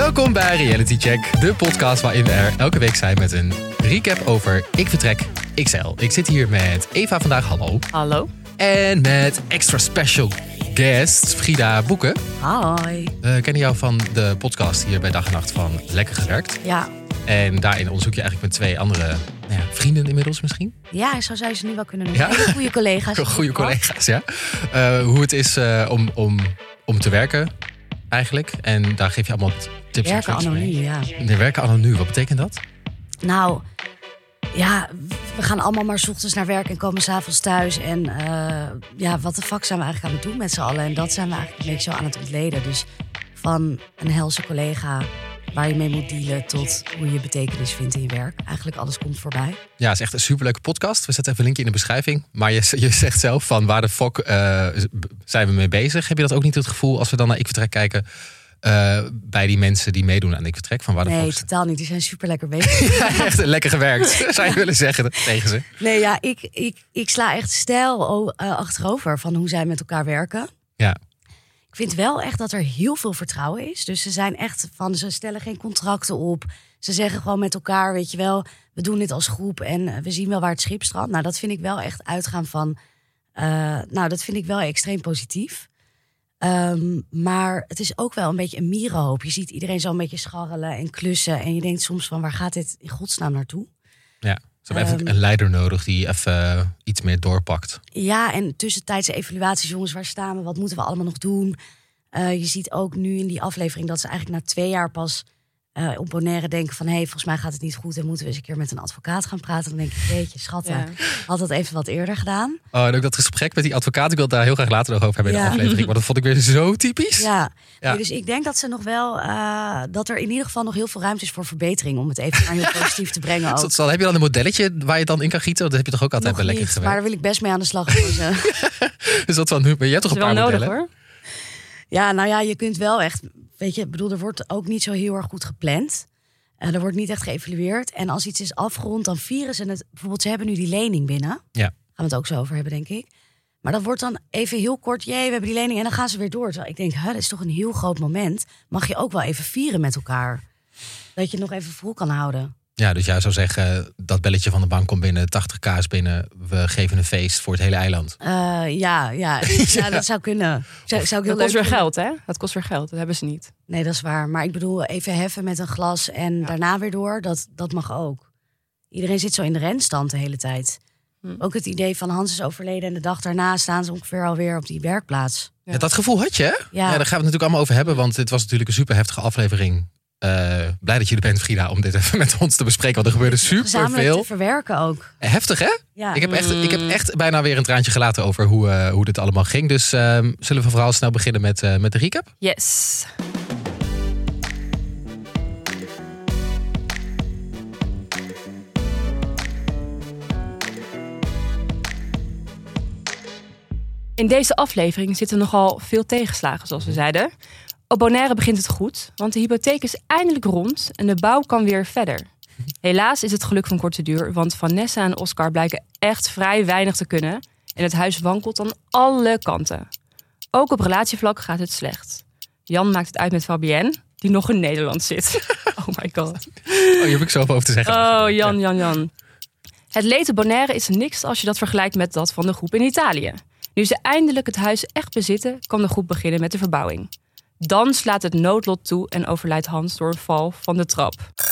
Welkom bij Reality Check, de podcast waarin we er elke week zijn met een recap over Ik Vertrek XL. Ik zit hier met Eva vandaag, hallo. Hallo. En met extra special guest Frida Boeken. Hi. We kennen jou van de podcast hier bij Dag en Nacht van Lekker Gewerkt. Ja. En daarin onderzoek je eigenlijk met 2 andere vrienden inmiddels misschien. Ja, zo zou je ze nu wel kunnen noemen. Ja? Hele goede collega's. Goede collega's, ja. Hoe het is om te werken eigenlijk. En daar geef je allemaal tips en Werken tricks anno mee. nu, ja. Nee, werken anno nu, wat betekent dat? Nou, ja, we gaan allemaal maar 's ochtends naar werk en komen 's avonds thuis. En wat de fuck zijn we eigenlijk aan het doen met z'n allen? En dat zijn we eigenlijk een beetje zo aan het ontleden. Dus van een helse collega waar je mee moet dealen tot hoe je betekenis vindt in je werk. Eigenlijk alles komt voorbij. Ja, het is echt een superleuke podcast. We zetten even een linkje in de beschrijving. Maar je zegt zelf van waar de fuck zijn we mee bezig? Heb je dat ook niet het gevoel als we dan naar Ik Vertrek kijken... bij die mensen die meedoen aan Ik Vertrek? Van waar de Nee, fuck... totaal niet. Die zijn super lekker bezig. Ja, echt lekker gewerkt, zou je willen zeggen tegen ze. Nee, ja, ik sla echt stijl achterover van hoe zij met elkaar werken. Ja. Ik vind wel echt dat er heel veel vertrouwen is. Dus ze zijn echt van, ze stellen geen contracten op. Ze zeggen gewoon met elkaar, weet je wel, we doen dit als groep en we zien wel waar het schip strandt. Nou, dat vind ik wel echt uitgaan van, dat vind ik wel extreem positief. Maar het is ook wel een beetje een mierenhoop. Je ziet iedereen zo een beetje scharrelen en klussen. En je denkt soms van, waar gaat dit in godsnaam naartoe? Ja, ze hebben even een leider nodig die even iets meer doorpakt. Ja, en tussentijdse evaluaties, jongens, waar staan we? Wat moeten we allemaal nog doen? Je ziet ook nu in die aflevering dat ze eigenlijk na 2 jaar pas op Bonaire denken van... volgens mij gaat het niet goed en moeten we eens een keer met een advocaat gaan praten. Dan denk ik, jeetje, schatten, had dat even wat eerder gedaan. Oh, en ook dat gesprek met die advocaat, ik wil het daar heel graag later nog over hebben in de aflevering. Maar dat vond ik weer zo typisch. Ja. Nee, dus ik denk dat ze nog wel, dat er in ieder geval nog heel veel ruimte is voor verbetering. Om het even naar heel positief te brengen ook. Heb je dan een modelletje waar je dan in kan gieten? Dat heb je toch ook altijd nog bij Lekker niet, gewerkt? maar daar wil ik best mee aan de slag voor ze. Dus dat van nu, maar je hebt toch een paar modellen? Nodig, hoor. Ja, nou ja, je kunt wel echt, weet je, bedoel, er wordt ook niet zo heel erg goed gepland. Er wordt niet echt geëvalueerd. En als iets is afgerond, dan vieren ze het. Bijvoorbeeld, ze hebben nu die lening binnen. Ja. Gaan we het ook zo over hebben, denk ik. Maar dat wordt dan even heel kort, we hebben die lening en dan gaan ze weer door. Terwijl ik denk, dat is toch een heel groot moment. Mag je ook wel even vieren met elkaar. Dat je het nog even vol kan houden. Ja, dus jij zou zeggen, dat belletje van de bank komt binnen, 80k is binnen, we geven een feest voor het hele eiland. Ja, dat zou kunnen. Zou ik heel Dat leuk kost weer vinden. geld, hè? Dat kost weer geld, dat hebben ze niet. Nee, dat is waar. Maar ik bedoel, even heffen met een glas en daarna weer door, dat mag ook. Iedereen zit zo in de renstand de hele tijd. Ook het idee van Hans is overleden en de dag daarna staan ze ongeveer alweer op die werkplaats. Ja, dat gevoel had je, hè? Ja, daar gaan we het natuurlijk allemaal over hebben, want dit was natuurlijk een super heftige aflevering. Blij dat je er bent, Frida, om dit even met ons te bespreken. Want er gebeurde super Gezamenlijk veel. te verwerken ook. Heftig, hè? Ja. Ik heb echt bijna weer een traantje gelaten over hoe dit allemaal ging. Dus zullen we vooral snel beginnen met de recap? Yes. In deze aflevering zitten nogal veel tegenslagen, zoals we zeiden. Op Bonaire begint het goed, want de hypotheek is eindelijk rond en de bouw kan weer verder. Helaas is het geluk van korte duur, want Vanessa en Oscar blijken echt vrij weinig te kunnen. En het huis wankelt aan alle kanten. Ook op relatievlak gaat het slecht. Jan maakt het uit met Fabienne, die nog in Nederland zit. Oh my god. Oh, hier heb ik zoveel over te zeggen. Oh, Jan. Het leed op Bonaire is niks als je dat vergelijkt met dat van de groep in Italië. Nu ze eindelijk het huis echt bezitten, kan de groep beginnen met de verbouwing. Dan slaat het noodlot toe en overlijdt Hans door een val van de trap.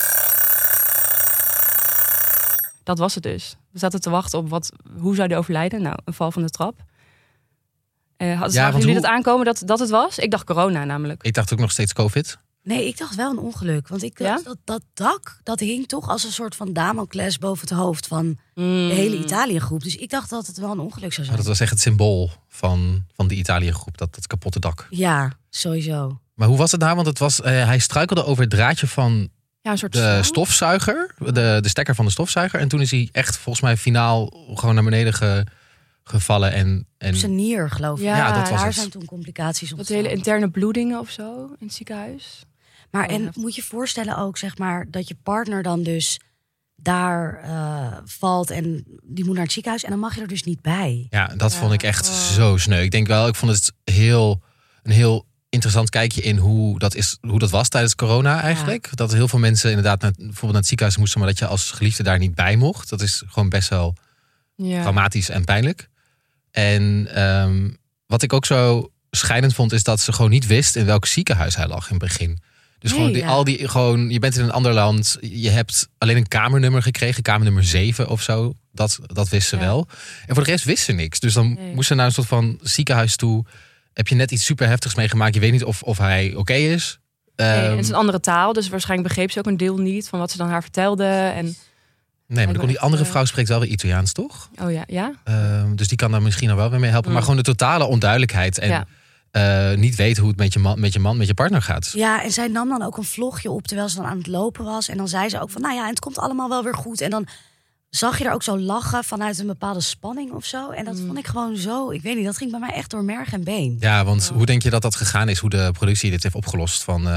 Dat was het dus. We zaten te wachten op hoe zou die overlijden? Nou, een val van de trap. Zagen jullie dat aankomen dat het was? Ik dacht corona namelijk. Ik dacht ook nog steeds COVID. Nee, ik dacht wel een ongeluk. Want ik dacht dat dak, dat hing toch als een soort van Damocles boven het hoofd van de hele Italië-groep. Dus ik dacht dat het wel een ongeluk zou zijn. Dat was echt het symbool van de Italië-groep, dat kapotte dak. Ja, sowieso. Maar hoe was het nou? Want het was, hij struikelde over het draadje van Een soort de stofzuiger, de stekker van de stofzuiger. En toen is hij echt volgens mij finaal gewoon naar beneden gevallen. En Op zijn nier, geloof ik. Ja, dat was daar het. zijn toen complicaties dat ontstaan. hele interne bloedingen of zo in het ziekenhuis. Maar en moet je voorstellen ook, zeg maar, dat je partner dan dus daar valt en die moet naar het ziekenhuis en dan mag je er dus niet bij. Ja, dat vond ik echt zo sneu. Ik vond het een heel interessant kijkje in hoe dat was tijdens corona eigenlijk. Dat heel veel mensen inderdaad bijvoorbeeld naar het ziekenhuis moesten, maar dat je als geliefde daar niet bij mocht. Dat is gewoon best wel traumatisch en pijnlijk. En wat ik ook zo schijnend vond, is dat ze gewoon niet wist in welk ziekenhuis hij lag in het begin. Dus je bent in een ander land. Je hebt alleen een kamernummer gekregen, kamernummer 7 of zo. Dat wist ze wel. En voor de rest wist ze niks. Dus dan moest ze naar een soort van ziekenhuis toe. Heb je net iets super heftigs meegemaakt. Je weet niet of hij oké is. Het is een andere taal. Dus waarschijnlijk begreep ze ook een deel niet van wat ze dan haar vertelde. En maar die andere vrouw spreekt wel weer Italiaans, toch? Oh ja. Dus die kan daar misschien nog wel weer mee helpen. Maar gewoon de totale onduidelijkheid. En niet weten hoe het met je partner gaat. Ja, en zij nam dan ook een vlogje op terwijl ze dan aan het lopen was. En dan zei ze ook van, en het komt allemaal wel weer goed. En dan zag je er ook zo lachen vanuit een bepaalde spanning of zo. En dat vond ik gewoon zo, ik weet niet, dat ging bij mij echt door merg en been. Ja, want hoe denk je dat gegaan is? Hoe de productie dit heeft opgelost? Van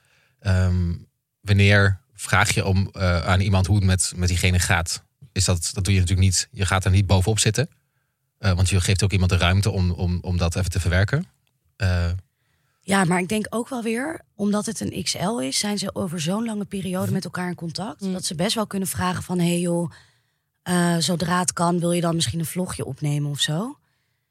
wanneer vraag je om aan iemand hoe het met diegene gaat? Dat doe je natuurlijk niet. Je gaat er niet bovenop zitten. Want je geeft ook iemand de ruimte om dat even te verwerken. Ja, maar ik denk ook wel weer, omdat het een XL is, zijn ze over zo'n lange periode met elkaar in contact. Dat ze best wel kunnen vragen van, hey joh, zodra het kan, wil je dan misschien een vlogje opnemen of zo.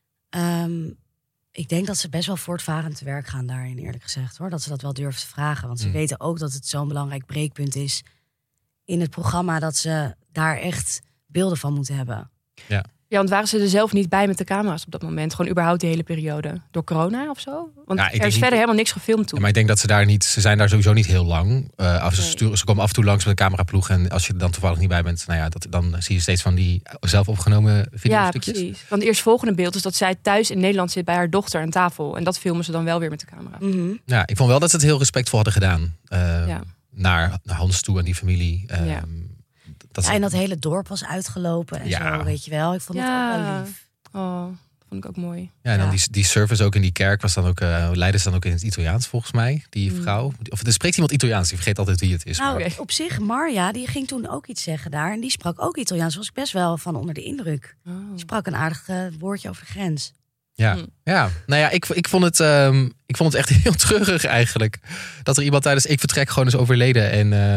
Ik denk dat ze best wel voortvarend te werk gaan daarin, eerlijk gezegd, hoor. Dat ze dat wel durven te vragen. Want ze weten ook dat het zo'n belangrijk breekpunt is in het programma, dat ze daar echt beelden van moeten hebben. Ja, want waren ze er zelf niet bij met de camera's op dat moment? Gewoon überhaupt die hele periode? Door corona of zo? Want er is verder helemaal niks gefilmd toen. Ja, maar ik denk dat ze zijn daar sowieso niet heel lang. Ze komen af en toe langs met een cameraploeg. En als je er dan toevallig niet bij bent, dan zie je steeds van die zelf opgenomen videostukjes. Ja, precies. Want het eerstvolgende beeld is dat zij thuis in Nederland zit bij haar dochter aan tafel. En dat filmen ze dan wel weer met de camera. Mm-hmm. Ja, ik vond wel dat ze het heel respectvol hadden gedaan. Naar Hans toe en die familie. En dat hele dorp was uitgelopen en zo, weet je wel. Ik vond het ook wel lief. Oh, dat vond ik ook mooi. Ja, en dan die service ook in die kerk was dan ook, leidde ze dan ook in het Italiaans volgens mij, die vrouw. Of er spreekt iemand Italiaans, die vergeet altijd wie het is. Nou, op zich, Marja, die ging toen ook iets zeggen daar. En die sprak ook Italiaans, was ik best wel van onder de indruk. Die sprak een aardig woordje over de grens. Ja, nou ja, ik vond het echt heel treurig eigenlijk. Dat er iemand tijdens Ik Vertrek gewoon is overleden.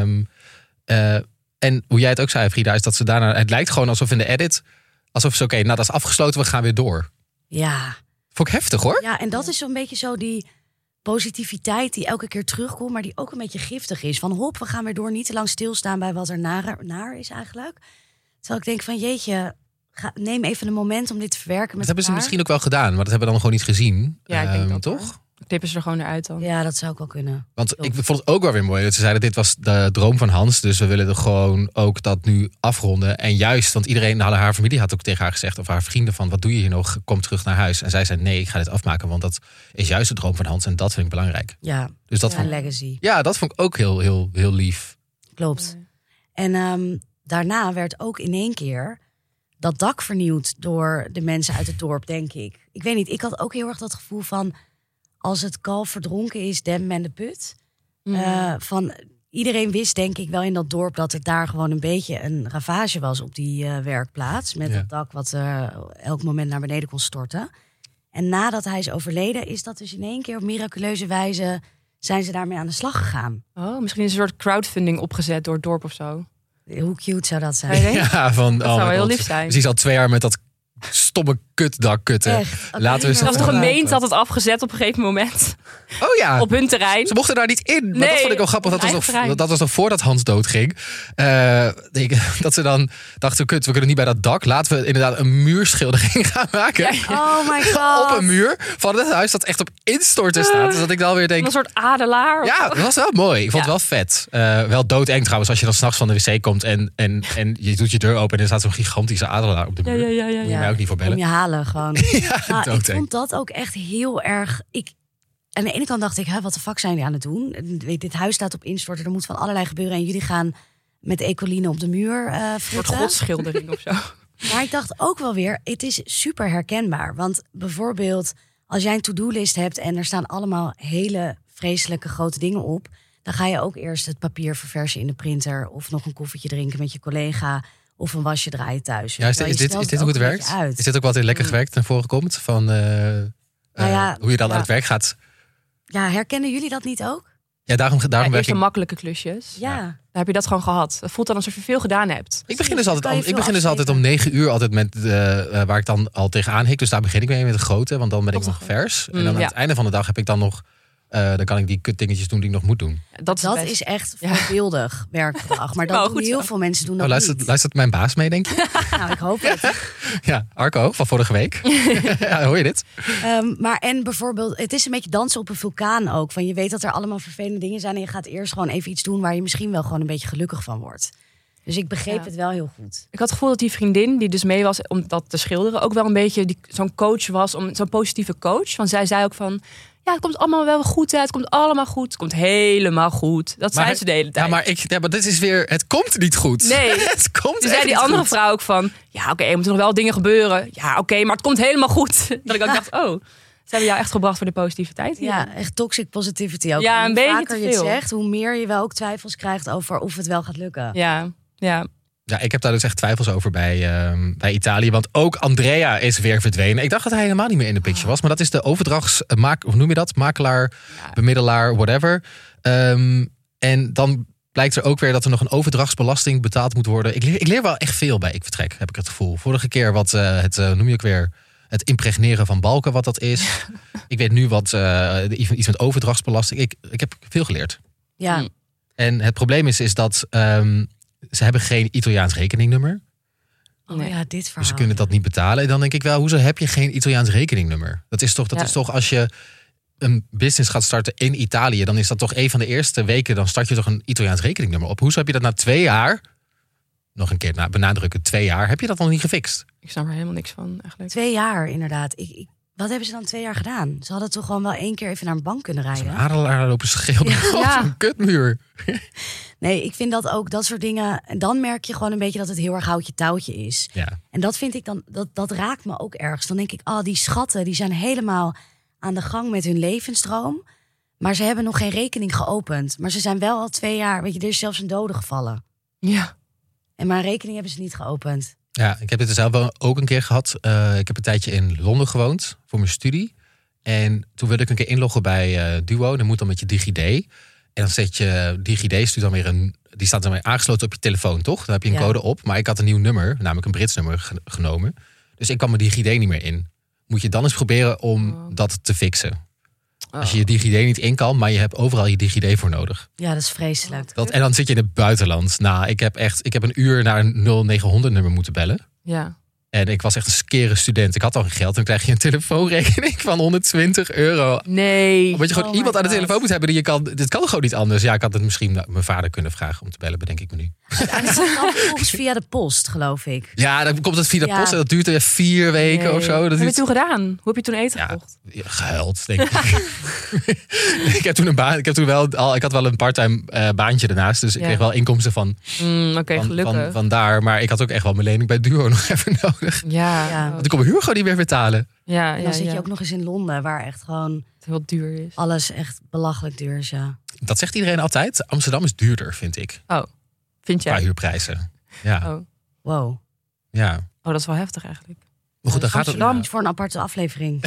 En hoe jij het ook zei, Frida, is dat ze daarna... Het lijkt gewoon alsof in de edit... Alsof ze, oké, dat is afgesloten, we gaan weer door. Ja. Vond ik heftig, hoor. Ja, en dat is zo'n beetje zo die positiviteit die elke keer terugkomt... maar die ook een beetje giftig is. Van hop, we gaan weer door, niet te lang stilstaan bij wat er naar is eigenlijk. Terwijl ik denk van jeetje... Neem even een moment om dit te verwerken. Dat hebben ze misschien ook wel gedaan, maar dat hebben we dan gewoon niet gezien. Ja, ik denk dat toch? Tippen ze er gewoon eruit dan. Ja, dat zou ook wel kunnen. Want ik vond het ook wel weer mooi dat ze zeiden... dit was de droom van Hans, dus we willen er gewoon ook dat nu afronden. En juist, want haar familie had ook tegen haar gezegd... of haar vrienden van, wat doe je hier nog? Kom terug naar huis. En zij zei, nee, ik ga dit afmaken... want dat is juist de droom van Hans en dat vind ik belangrijk. Ja, dus dat vond legacy. Ja, dat vond ik ook heel, heel, heel lief. Klopt. En daarna werd ook in één keer... dat dak vernieuwd door de mensen uit het dorp, denk ik. Ik weet niet, ik had ook heel erg dat gevoel van... als het kalf verdronken is, dem men de put. Van iedereen wist, denk ik, wel in dat dorp... dat het daar gewoon een beetje een ravage was op die werkplaats. Met het dak wat elk moment naar beneden kon storten. En nadat hij is overleden, is dat dus in één keer... op miraculeuze wijze zijn ze daarmee aan de slag gegaan. Oh, misschien is een soort crowdfunding opgezet door het dorp of zo. Hoe cute zou dat zijn? Ja, dat zou heel lief zijn. Dus die is al 2 jaar met dat stomme kutdak kutten. Echt? Laten we dat was de gemeente had het afgezet op een gegeven moment. Oh ja. Op hun terrein. Ze mochten daar niet in. Maar nee, dat vond ik wel grappig. Dat was nog voordat Hans doodging. Dat ze dan dachten, we kunnen niet bij dat dak. Laten we inderdaad een muurschildering gaan maken. Ja. Oh my god. Op een muur van het huis dat echt op instorten staat. Dus dat ik dan weer denk... Een soort adelaar. Ja, dat was wel mooi. Ik vond het wel vet. Wel doodeng trouwens als je dan 's nachts van de wc komt en je doet je deur open en er staat zo'n gigantische adelaar op de muur. Ja. Moet je mij ook niet voor bellen. Om je halen gewoon. Ik vond dat ook echt heel erg... Aan de ene kant dacht ik, wat de fuck zijn die aan het doen? Dit huis staat op instorten, er moet van allerlei gebeuren... en jullie gaan met ecoline op de muur Een soort godsschildering of zo. Maar ik dacht ook wel weer, het is super herkenbaar. Want bijvoorbeeld, als jij een to-do-list hebt... en er staan allemaal hele vreselijke grote dingen op... dan ga je ook eerst het papier verversen in de printer... of nog een koffietje drinken met je collega... of een wasje draaien thuis. Ja, is dit hoe het werkt? Is dit ook wat in Lekker Gewerkt naar voren komt? Van hoe je dan aan het werk gaat? Ja, herkennen jullie dat niet ook? Ja, daarom werk Eerst de ik... makkelijke klusjes. Ja. Dan heb je dat gewoon gehad. Het voelt dan alsof je veel gedaan hebt. Ik begin dus Kan je altijd, veel om 9 uur altijd met waar ik dan al tegenaan hik. Dus daar begin ik mee met de grote, want dan ben ik nog vers. En dan aan het einde van de dag heb ik dan nog... dan kan ik die kutdingetjes doen die ik nog moet doen. Dat is echt voorbeeldig werkgedrag. Maar dat doen heel veel mensen doen dat niet. Luistert mijn baas mee, denk je? Nou, ik hoop het. Ja, Arco van vorige week. Ja, hoor je dit? Maar en bijvoorbeeld, het is een beetje dansen op een vulkaan ook. Van je weet dat er allemaal vervelende dingen zijn en je gaat eerst gewoon even iets doen waar je misschien wel gewoon een beetje gelukkig van wordt. Dus ik begreep het wel heel goed. Ik had het gevoel dat die vriendin die dus mee was om dat te schilderen ook wel een beetje zo'n coach was, zo'n positieve coach. Want zij zei ook van, ja, het komt allemaal wel goed, het komt allemaal goed, het komt helemaal goed. Dat zei ze de hele tijd. Maar dit is weer, het komt niet goed. Nee. Het komt toen zei die andere vrouw ook van, ja, oké, er moeten nog wel dingen gebeuren. Ja, oké, maar het komt helemaal goed. Dat ik ook dacht, ze hebben jou echt gebracht voor de positiviteit hier. Ja, echt toxic positivity ook. Ja, een beetje vaker te je het veel. zegt, hoe meer je wel ook twijfels krijgt over of het wel gaat lukken. Ja. Ja, ik heb daar dus echt twijfels over bij Italië. Want ook Andrea is weer verdwenen. Ik dacht dat hij helemaal niet meer in de picture was. Maar dat is de hoe noem je dat? Makelaar, bemiddelaar, whatever. En dan blijkt er ook weer dat er nog een overdrachtsbelasting betaald moet worden. Ik leer wel echt veel bij Ik Vertrek, heb ik het gevoel. Vorige keer wat noem je ook weer... Het impregneren van balken, wat dat is. Ik weet nu wat iets met overdrachtsbelasting. Ik heb veel geleerd. Ja. En het probleem is dat... ze hebben geen Italiaans rekeningnummer. Oh ja, dit verhaal. Dus ze kunnen dat niet betalen. En dan denk ik wel, hoezo heb je geen Italiaans rekeningnummer? Dat is toch als je een business gaat starten in Italië... dan is dat toch een van de eerste weken... dan start je toch een Italiaans rekeningnummer op. Hoezo heb je dat na 2 jaar... nog een keer benadrukken, 2 jaar... heb je dat nog niet gefixt? Ik snap er helemaal niks van, eigenlijk. 2 jaar, inderdaad. Wat hebben ze dan 2 jaar gedaan? Ze hadden toch gewoon wel 1 keer even naar een bank kunnen rijden? Zo'n adelaar lopen schilderen op zo'n kutmuur. Nee, ik vind dat ook, dat soort dingen... En dan merk je gewoon een beetje dat het heel erg houtje touwtje is. Ja. En dat vind ik dan, dat raakt me ook ergens. Dan denk ik, die schatten, die zijn helemaal aan de gang met hun levensdroom. Maar ze hebben nog geen rekening geopend. Maar ze zijn wel al 2 jaar, weet je, er is zelfs een dode gevallen. Ja. En mijn rekening hebben ze niet geopend. Ja, ik heb dit zelf wel ook een keer gehad. Ik heb een tijdje in Londen gewoond voor mijn studie. En toen wilde ik een keer inloggen bij Duo. Dan moet dan met je DigiD. En dan zet je DigiD, stuurt dan weer die staat dan weer aangesloten op je telefoon, toch? Dan heb je een code op. Maar ik had een nieuw nummer, namelijk een Brits nummer genomen. Dus ik kwam mijn DigiD niet meer in. Moet je dan eens proberen om dat te fixen. Als je je DigiD niet in kan, maar je hebt overal je DigiD voor nodig. Ja, dat is vreselijk. En dan zit je in het buitenland. Nou, ik heb een uur naar een 0900 nummer moeten bellen. Ja. En ik was echt een skere student. Ik had al geen geld. Dan krijg je een telefoonrekening van €120. Nee. Omdat je gewoon iemand aan de telefoon moet hebben die je kan. Dit kan gewoon niet anders. Ja, ik had het misschien mijn vader kunnen vragen om te bellen, bedenk ik me nu. En het kan volgens via de post, geloof ik. Ja, dan komt het via de post en dat duurt er 4 weken of zo. Wat heb je toen gedaan? Hoe heb je toen eten gekocht? Ja, gehuild, denk ik. Ik heb toen een baan. Ik had wel een parttime baantje daarnaast. Dus ik kreeg wel inkomsten van gelukkig. Van daar. Maar ik had ook echt wel mijn lening bij Duo nog even nodig. Ja. Want ik kon mijn huur gewoon niet meer betalen. Ja, en dan zit je ook nog eens in Londen, waar echt gewoon het heel duur is. Alles echt belachelijk duur is, ja. Dat zegt iedereen altijd. Amsterdam is duurder, vind ik. Oh, vind jij? Qua huurprijzen. Ja. Oh. Wow. Ja. Oh, dat is wel heftig eigenlijk. Maar goed, dan gaat Amsterdam is voor een aparte aflevering.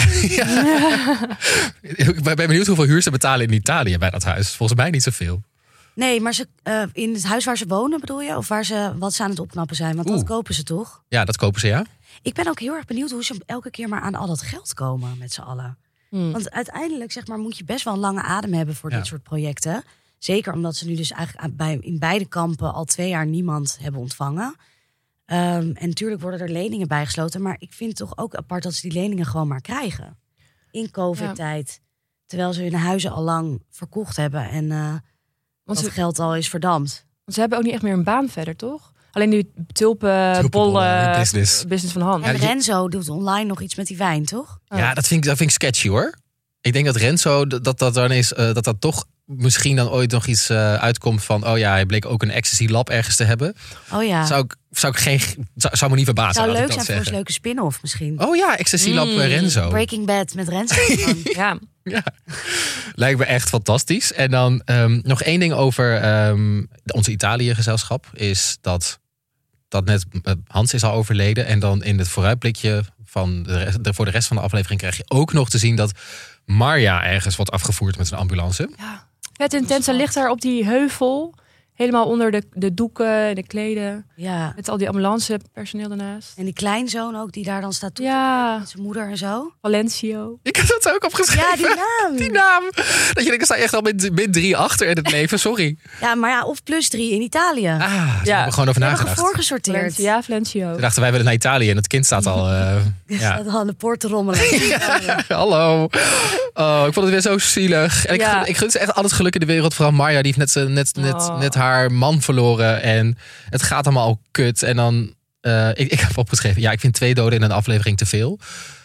Ik ben benieuwd hoeveel huur ze betalen in Italië bij dat huis. Volgens mij niet zoveel. Nee, maar in het huis waar ze wonen, bedoel je? Of wat ze aan het opknappen zijn? Want dat kopen ze toch? Ja, dat kopen ze, ja. Ik ben ook heel erg benieuwd hoe ze elke keer maar aan al dat geld komen met z'n allen. Want uiteindelijk, zeg maar, moet je best wel een lange adem hebben voor dit soort projecten. Zeker omdat ze nu dus eigenlijk in beide kampen al 2 jaar niemand hebben ontvangen. En natuurlijk worden er leningen bijgesloten. Maar ik vind het toch ook apart dat ze die leningen gewoon maar krijgen. In COVID-tijd. Terwijl ze hun huizen al lang verkocht hebben. En dat geld al is verdampt. Want ze hebben ook niet echt meer een baan verder, toch? Alleen die tulpenbollen business van hand. En Renzo doet online nog iets met die wijn, toch? Ja, dat vind ik sketchy, hoor. Ik denk dat Renzo, dat dan is, dat toch misschien dan ooit nog iets uitkomt van, oh ja, hij bleek ook een ecstasy lab ergens te hebben. Oh ja. Zou me niet verbazen. Zou leuk zijn voor een leuke spin-off misschien. Oh ja, ecstasy lab Renzo. Breaking Bad met Renzo. Ja. Lijkt me echt fantastisch. En dan nog 1 ding over onze Italië-gezelschap is dat net Hans is al overleden. En dan in het vooruitblikje voor de rest van de aflevering krijg je ook nog te zien dat Marja ergens wordt afgevoerd met een ambulance. Ja. Het intense ligt daar op die heuvel. Helemaal onder de doeken en de kleden. Ja. Met al die ambulancepersoneel daarnaast. En die kleinzoon ook, die daar dan staat toe met zijn moeder en zo. Valencio. Ik heb dat ook opgeschreven. Ja, die naam. Die naam. Dat je denkt, ik sta echt al met 3 achter in het leven. Sorry. Ja, maar ja, of +3 in Italië. Ze hebben gewoon over We hebben nagedacht. voorgesorteerd. Valencio. We dachten, wij willen naar Italië en het kind staat al... Dat al aan de poort te rommelen. Hallo. Oh, ik vond het weer zo zielig. En ik gun ze echt al het geluk in de wereld. Vooral Marja, die heeft net haar man verloren. En het gaat allemaal al kut. En dan... Ik heb opgeschreven, ik vind 2 doden in een aflevering te veel.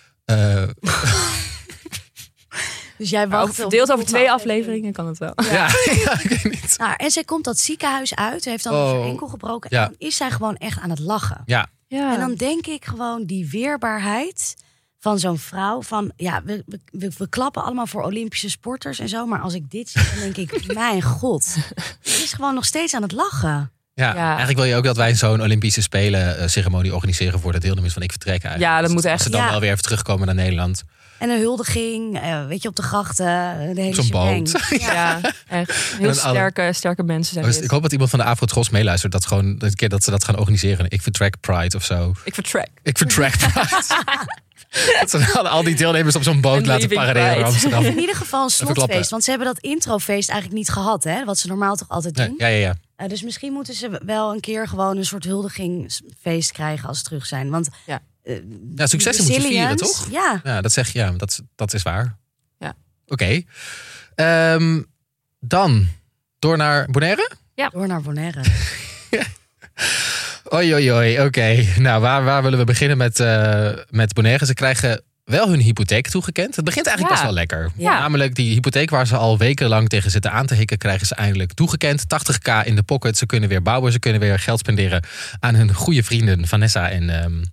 Dus jij wacht verdeeld over 2 afleveringen kan het wel. Ja, ik weet niet. Nou, en zij komt dat ziekenhuis uit. Ze heeft dan haar enkel gebroken. Ja. En dan is zij gewoon echt aan het lachen. Ja. En dan denk ik gewoon die weerbaarheid van zo'n vrouw. Van we klappen allemaal voor Olympische sporters en zo. Maar als ik dit zie, dan denk ik, mijn god. Ze is gewoon nog steeds aan het lachen. Ja, eigenlijk wil je ook dat wij zo'n Olympische Spelen ceremonie organiseren voor de deelnemers van Ik Vertrek eigenlijk. Ja, dat moet echt. Als ze dan wel weer even terugkomen naar Nederland. En een huldiging, weet je, op de grachten. De hele Zo'n boot. Ja, echt. Heel sterke mensen zijn dit. Ik hoop dat iemand van de Afro-Tros meeluistert. Dat gewoon een keer dat ze dat gaan organiseren. Ik Vertrek Pride of zo. Ik Vertrek Pride. Dat ze al die deelnemers op zo'n boot laten paraderen door Amsterdam. In ieder geval een slotfeest. Want ze hebben dat introfeest eigenlijk niet gehad. Hè? Wat ze normaal toch altijd doen. Ja. Dus misschien moeten ze wel een keer gewoon een soort huldigingsfeest krijgen als ze terug zijn. Want succes moet je vieren, toch? Ja, dat zeg je. Dat is waar. Ja. Oké. Dan door naar Bonaire? Ja. Door naar Bonaire. Oei. Oké. Nou, waar willen we beginnen met Bonaire? Ze krijgen wel hun hypotheek toegekend. Het begint eigenlijk best wel lekker. Ja. Namelijk die hypotheek waar ze al wekenlang tegen zitten aan te hikken, krijgen ze eindelijk toegekend. 80.000 in de pocket. Ze kunnen weer bouwen. Ze kunnen weer geld spenderen aan hun goede vrienden Vanessa en...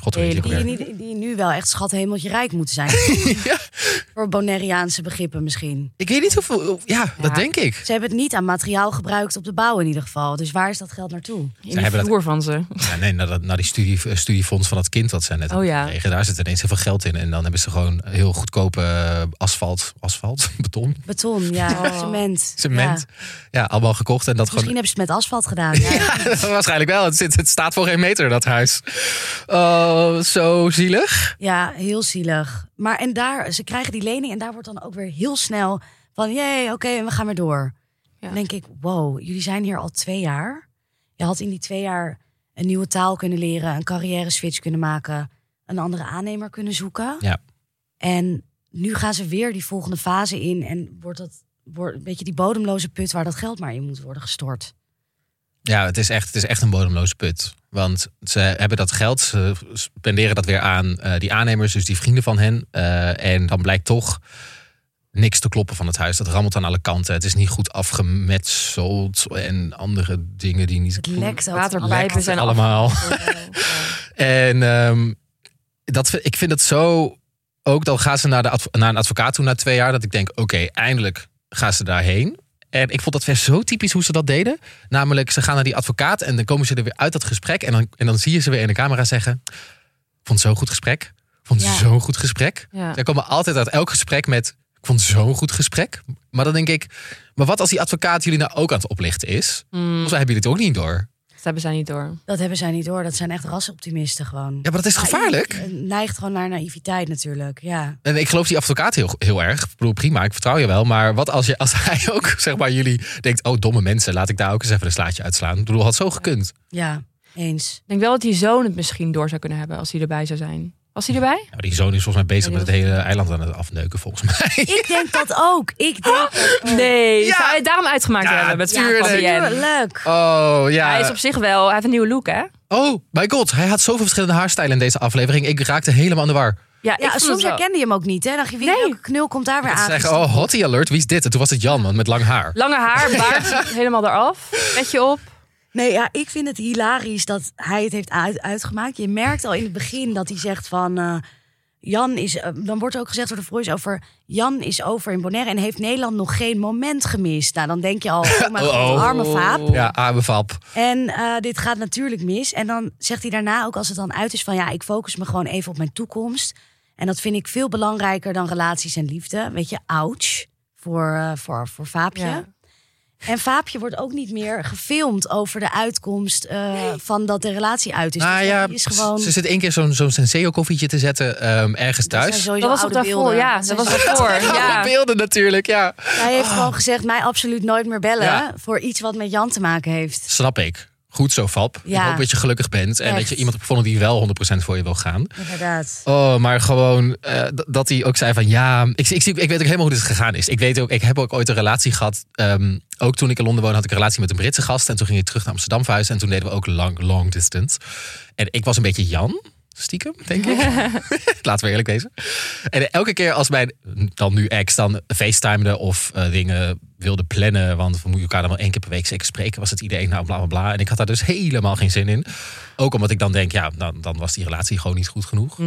Die nu wel echt schathemeltje rijk moeten zijn. Voor Bonaireaanse begrippen misschien. Ik weet niet hoeveel... Ja, dat denk ik. Ze hebben het niet aan materiaal gebruikt op de bouw in ieder geval. Dus waar is dat geld naartoe? In de vloer van ze. Ja, nee, naar die studiefonds van het kind wat ze net hebben gekregen. Daar zit ineens heel veel geld in. En dan hebben ze gewoon heel goedkope asfalt, beton. Beton, cement. Cement. Ja, allemaal gekocht. En dat misschien hebben ze het met asfalt gedaan. Waarschijnlijk wel. Het staat voor geen meter, dat huis. Zo zielig. Ja, heel zielig. Maar en ze krijgen die lening en daar wordt dan ook weer heel snel van, oké, we gaan weer door. Ja. Dan denk ik, wow, jullie zijn hier al 2 jaar. Je had in die 2 jaar een nieuwe taal kunnen leren, een carrière switch kunnen maken, een andere aannemer kunnen zoeken. Ja. En nu gaan ze weer die volgende fase in en wordt een beetje die bodemloze put waar dat geld maar in moet worden gestort. Ja, het is echt een bodemloze put. Want ze hebben dat geld, ze spenderen dat weer aan die aannemers, dus die vrienden van hen. En dan blijkt toch niks te kloppen van het huis. Dat rammelt aan alle kanten. Het is niet goed afgemetseld en andere dingen die niet... Het lekt, waterpijpen zijn allemaal. En ik vind het zo... Ook dan gaan ze naar een advocaat toe na 2 jaar. Dat ik denk, oké, eindelijk gaan ze daarheen. En ik vond dat weer zo typisch hoe ze dat deden. Namelijk, ze gaan naar die advocaat en dan komen ze er weer uit dat gesprek. En dan zie je ze weer in de camera zeggen... Ik vond het zo'n goed gesprek. Zo'n goed gesprek. Ja. Zij komen altijd uit elk gesprek met... Ik vond het zo'n goed gesprek. Maar dan denk ik... Maar wat als die advocaat jullie nou ook aan het oplichten is? Volgens mij hebben jullie het ook niet door. Dat hebben zij niet door. Dat hebben zij niet door. Dat zijn echt rassenoptimisten gewoon. Ja, maar dat is gevaarlijk. Het neigt gewoon naar naïviteit natuurlijk, ja. En ik geloof die advocaat heel erg. Ik bedoel, prima, ik vertrouw je wel. Maar wat als hij ook, zeg maar, jullie denkt... Oh, domme mensen, laat ik daar ook eens even een slaatje uitslaan. Ik bedoel, had zo gekund. Ja, eens. Ik denk wel dat die zoon het misschien door zou kunnen hebben als hij erbij zou zijn. Was hij erbij? Nou, die zoon is volgens mij bezig met het hele eiland aan het afneuken, volgens mij. Ik denk dat ook. Nee, zou hij het daarom uitgemaakt hebben? Met tuurlijk. Oh, ja. Hij is op zich wel, hij heeft een nieuwe look, hè? Oh, my god. Hij had zoveel verschillende haarstijlen in deze aflevering. Ik raakte helemaal in de war. Ja, soms herkende je hem ook niet, hè? Dacht je, welke knul komt daar weer aan? Zeggen, oh, hottie alert, wie is dit? En toen was het Jan, man, met lang haar. Lange haar, baard helemaal eraf. Petje op. Nee, ja, ik vind het hilarisch dat hij het heeft uitgemaakt. Je merkt al in het begin dat hij zegt van... Jan is... dan wordt er ook gezegd door de voice-over... Jan is over in Bonaire en heeft Nederland nog geen moment gemist. Nou, dan denk je al, oh mijn god, arme vaap. Ja, arme vaap. En dit gaat natuurlijk mis. En dan zegt hij daarna ook, als het dan uit is van... ja, ik focus me gewoon even op mijn toekomst. En dat vind ik veel belangrijker dan relaties en liefde. Weet je, ouch voor Faapje. Ja. En Faapje wordt ook niet meer gefilmd over de uitkomst van dat de relatie uit is. Nou Dus ja, dat is gewoon... ze zit 1 keer zo'n Senseo koffietje te zetten ergens thuis. Dat was toch daarvoor? Ja, dat was daarvoor. Ja. Beelden natuurlijk, ja. Hij heeft gewoon gezegd, mij absoluut nooit meer bellen voor iets wat met Jan te maken heeft. Snap ik. Goed zo, Fab. Ja. Ik hoop dat je gelukkig bent. En Echt. dat je iemand hebt gevonden die wel 100% voor je wil gaan. Inderdaad. Oh, maar gewoon dat hij ook zei van ja... Ik weet ook helemaal hoe dit gegaan is. Ik heb ook ooit een relatie gehad. Ook toen ik in Londen woonde had ik een relatie met een Britse gast. En toen ging ik terug naar Amsterdam verhuizen. En toen deden we ook long distance. En ik was een beetje Jan. Stiekem, denk ik. Laten we eerlijk wezen. En elke keer als mijn dan nu ex dan facetimede of dingen wilde plannen, want we moeten elkaar dan wel 1 keer per week zeker spreken, was het idee nou bla bla bla. En ik had daar dus helemaal geen zin in. Ook omdat ik dan denk, ja, dan was die relatie gewoon niet goed genoeg.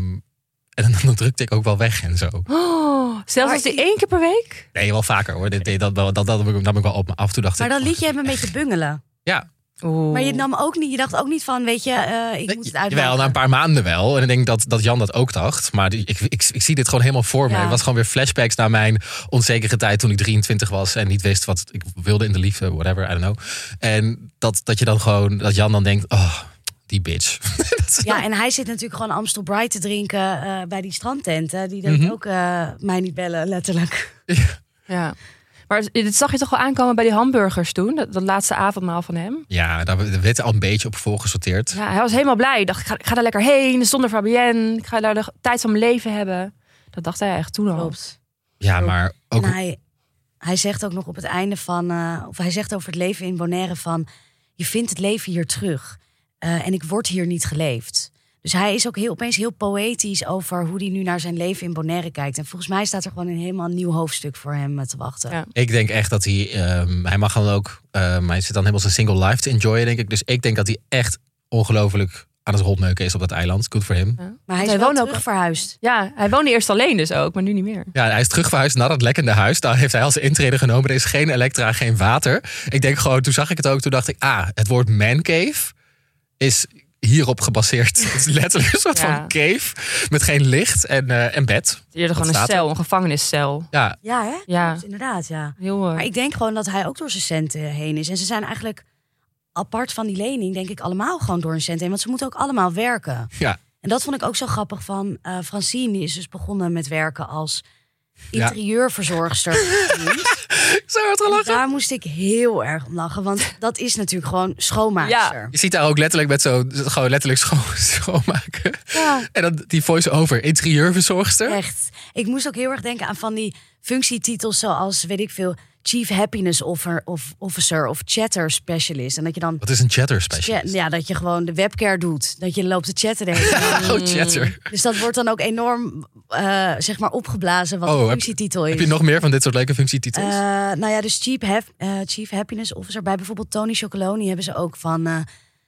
En dan drukte ik ook wel weg en zo. Oh, zelfs als die 1 keer per week? Nee, wel vaker hoor. Dat nam ik wel op me af. Toen dacht Maar ik, dan liet je hem een beetje bungelen. ja. Oeh. Maar je dacht ook niet van, weet je, ik moet het uitmaken. Jawel, na een paar maanden wel. En ik denk dat Jan dat ook dacht. Maar ik zie dit gewoon helemaal voor me. Ja. Het was gewoon weer flashbacks naar mijn onzekere tijd toen ik 23 was. En niet wist wat ik wilde in de liefde, whatever, I don't know. En dat je dan gewoon, dat Jan dan denkt, oh, die bitch. Ja, en hij zit natuurlijk gewoon Amstel Bright te drinken bij die strandtenten. Die denkt ook, mij niet bellen, letterlijk. Ja. Maar dit zag je toch wel aankomen bij die hamburgers toen? Dat laatste avondmaal van hem? Ja, daar werd al een beetje op voorgesorteerd. Ja, hij was helemaal blij. Hij dacht, ik ga daar lekker heen, zonder Fabienne. Ik ga daar de tijd van mijn leven hebben. Dat dacht hij echt toen al. Klopt. Ja, maar ook... En hij zegt ook nog op het einde van... of hij zegt over het leven in Bonaire van... je vindt het leven hier terug. En ik word hier niet geleefd. Dus hij is ook opeens heel poëtisch over hoe hij nu naar zijn leven in Bonaire kijkt. En volgens mij staat er gewoon een helemaal nieuw hoofdstuk voor hem te wachten. Ja. Ik denk echt dat hij mag dan ook... hij zit dan helemaal zijn single life te enjoyen, denk ik. Dus ik denk dat hij echt ongelooflijk aan het rondneuken is op dat eiland. Good voor hem. Ja. Maar hij is Hij wel woont ook- terug verhuisd. Ja, hij woonde eerst alleen dus ook, maar nu niet meer. Ja, hij is terug verhuisd naar dat lekkende huis. Daar heeft hij als intrede genomen. Er is geen elektra, geen water. Ik denk gewoon, toen zag ik het ook. Toen dacht ik, het woord man cave is hierop gebaseerd. Het is letterlijk een soort van cave. Met geen licht en bed. Eerder gewoon een staat er? cel, een gevangeniscel. Ja, Ja, hè? Ja. Klopt, inderdaad, ja. Heel, Maar ik denk gewoon dat hij ook door zijn centen heen is. En ze zijn eigenlijk apart van die lening, denk ik, allemaal gewoon door een cent heen. Want ze moeten ook allemaal werken. ja. En dat vond ik ook zo grappig van Francine. Die is dus begonnen met werken als interieurverzorgster. Zo hard En gelachen. daar moest ik heel erg om lachen. Want dat is natuurlijk gewoon schoonmaakster. Ja. Je ziet daar ook letterlijk met gewoon letterlijk schoonmaken. Ja. En dan die voice-over, interieurverzorgster. Echt. Ik moest ook heel erg denken aan van die functietitels zoals, weet ik veel, Chief Happiness Officer of Chatter Specialist. En dat je dan... Wat is een chatter specialist? Ja, dat je gewoon de webcare doet. Dat je loopt te chatten. De hele tijd. Oh, chatter. Dus dat wordt dan ook enorm zeg maar opgeblazen wat de functietitel is. Heb je nog meer van dit soort leuke functietitels? Nou ja, dus Chief Happiness Officer. Bij bijvoorbeeld Tony Chocoloni hebben ze ook van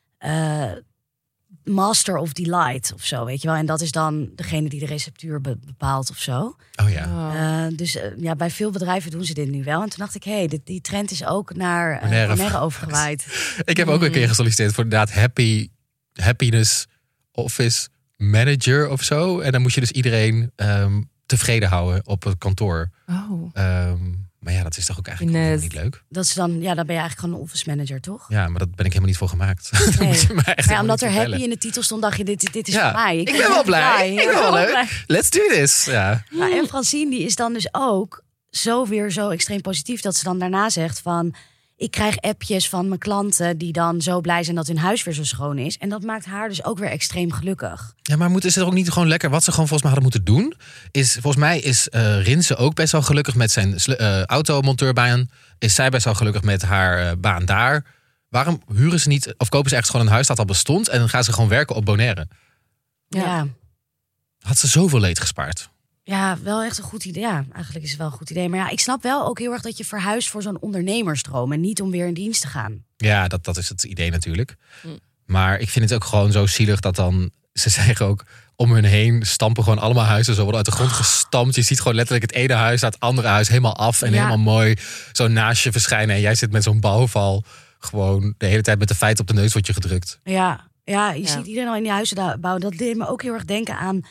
Master of Delight of zo, weet je wel. En dat is dan degene die de receptuur bepaalt of zo. Oh ja. Dus bij veel bedrijven doen ze dit nu wel. En toen dacht ik, die trend is ook naar Bonaire Bonaire overgewaaid. Ik heb ook een keer gesolliciteerd voor inderdaad happiness office manager of zo. En dan moest je dus iedereen tevreden houden op het kantoor. Oh. Maar ja, dat is toch ook eigenlijk helemaal niet leuk. Dat is dan, dan ben je eigenlijk gewoon een office manager, toch? Ja, maar dat ben ik helemaal niet voor gemaakt. Nee. Maar Ja, omdat er happy in de titel stond, dacht je, dit is voor mij. Ik ben wel blij. Ik ben wel leuk. blij. Let's do this. Ja. Ja, en Francine die is dan dus ook zo extreem positief dat ze dan daarna zegt van, ik krijg appjes van mijn klanten die dan zo blij zijn dat hun huis weer zo schoon is. En dat maakt haar dus ook weer extreem gelukkig. Ja, maar moeten ze er ook niet gewoon lekker... Wat ze gewoon volgens mij hadden moeten doen... is volgens mij is Rinse ook best wel gelukkig met zijn automonteurbaan. Is zij best wel gelukkig met haar baan daar. Waarom huren ze niet... Of kopen ze echt gewoon een huis dat al bestond... en dan gaan ze gewoon werken op Bonaire? Ja. Had ze zoveel leed gespaard. Ja, wel echt een goed idee. Ja, eigenlijk is het wel een goed idee. Maar ja, ik snap wel ook heel erg dat je verhuist voor zo'n ondernemersdroom en niet om weer in dienst te gaan. Ja, dat is het idee natuurlijk. Maar ik vind het ook gewoon zo zielig dat dan... Ze zeggen ook, om hun heen stampen gewoon allemaal huizen. Zo worden uit de grond gestampt. Je ziet gewoon letterlijk het ene huis naar het andere huis helemaal af. En helemaal mooi zo naast je verschijnen. En jij zit met zo'n bouwval gewoon de hele tijd met de feiten op de neus wordt je gedrukt. Ja, je ziet iedereen al in die huizen bouwen. Dat deed me ook heel erg denken aan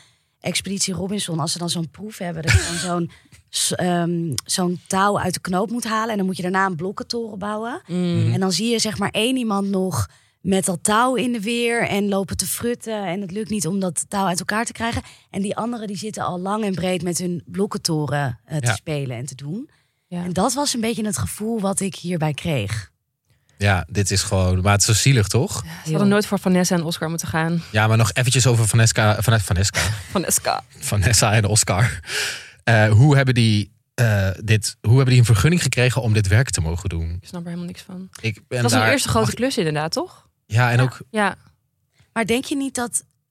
Expeditie Robinson, als ze dan zo'n proef hebben, dat je dan zo'n touw uit de knoop moet halen. En dan moet je daarna een blokkentoren bouwen. En dan zie je zeg maar 1 iemand nog met dat touw in de weer en lopen te frutten. En het lukt niet om dat touw uit elkaar te krijgen. En die anderen die zitten al lang en breed met hun blokkentoren te spelen en te doen. Ja. En dat was een beetje het gevoel wat ik hierbij kreeg. Ja, dit is gewoon... Maar het is zo zielig, toch? Ja, ze hadden nooit voor Vanessa en Oscar moeten gaan. Ja, maar nog eventjes over Vanessa en Oscar. Hoe hebben die een vergunning gekregen om dit werk te mogen doen? Ik snap er helemaal niks van. Dat was een eerste grote klus inderdaad, toch? Ja, en ook... Ja. Maar denk je niet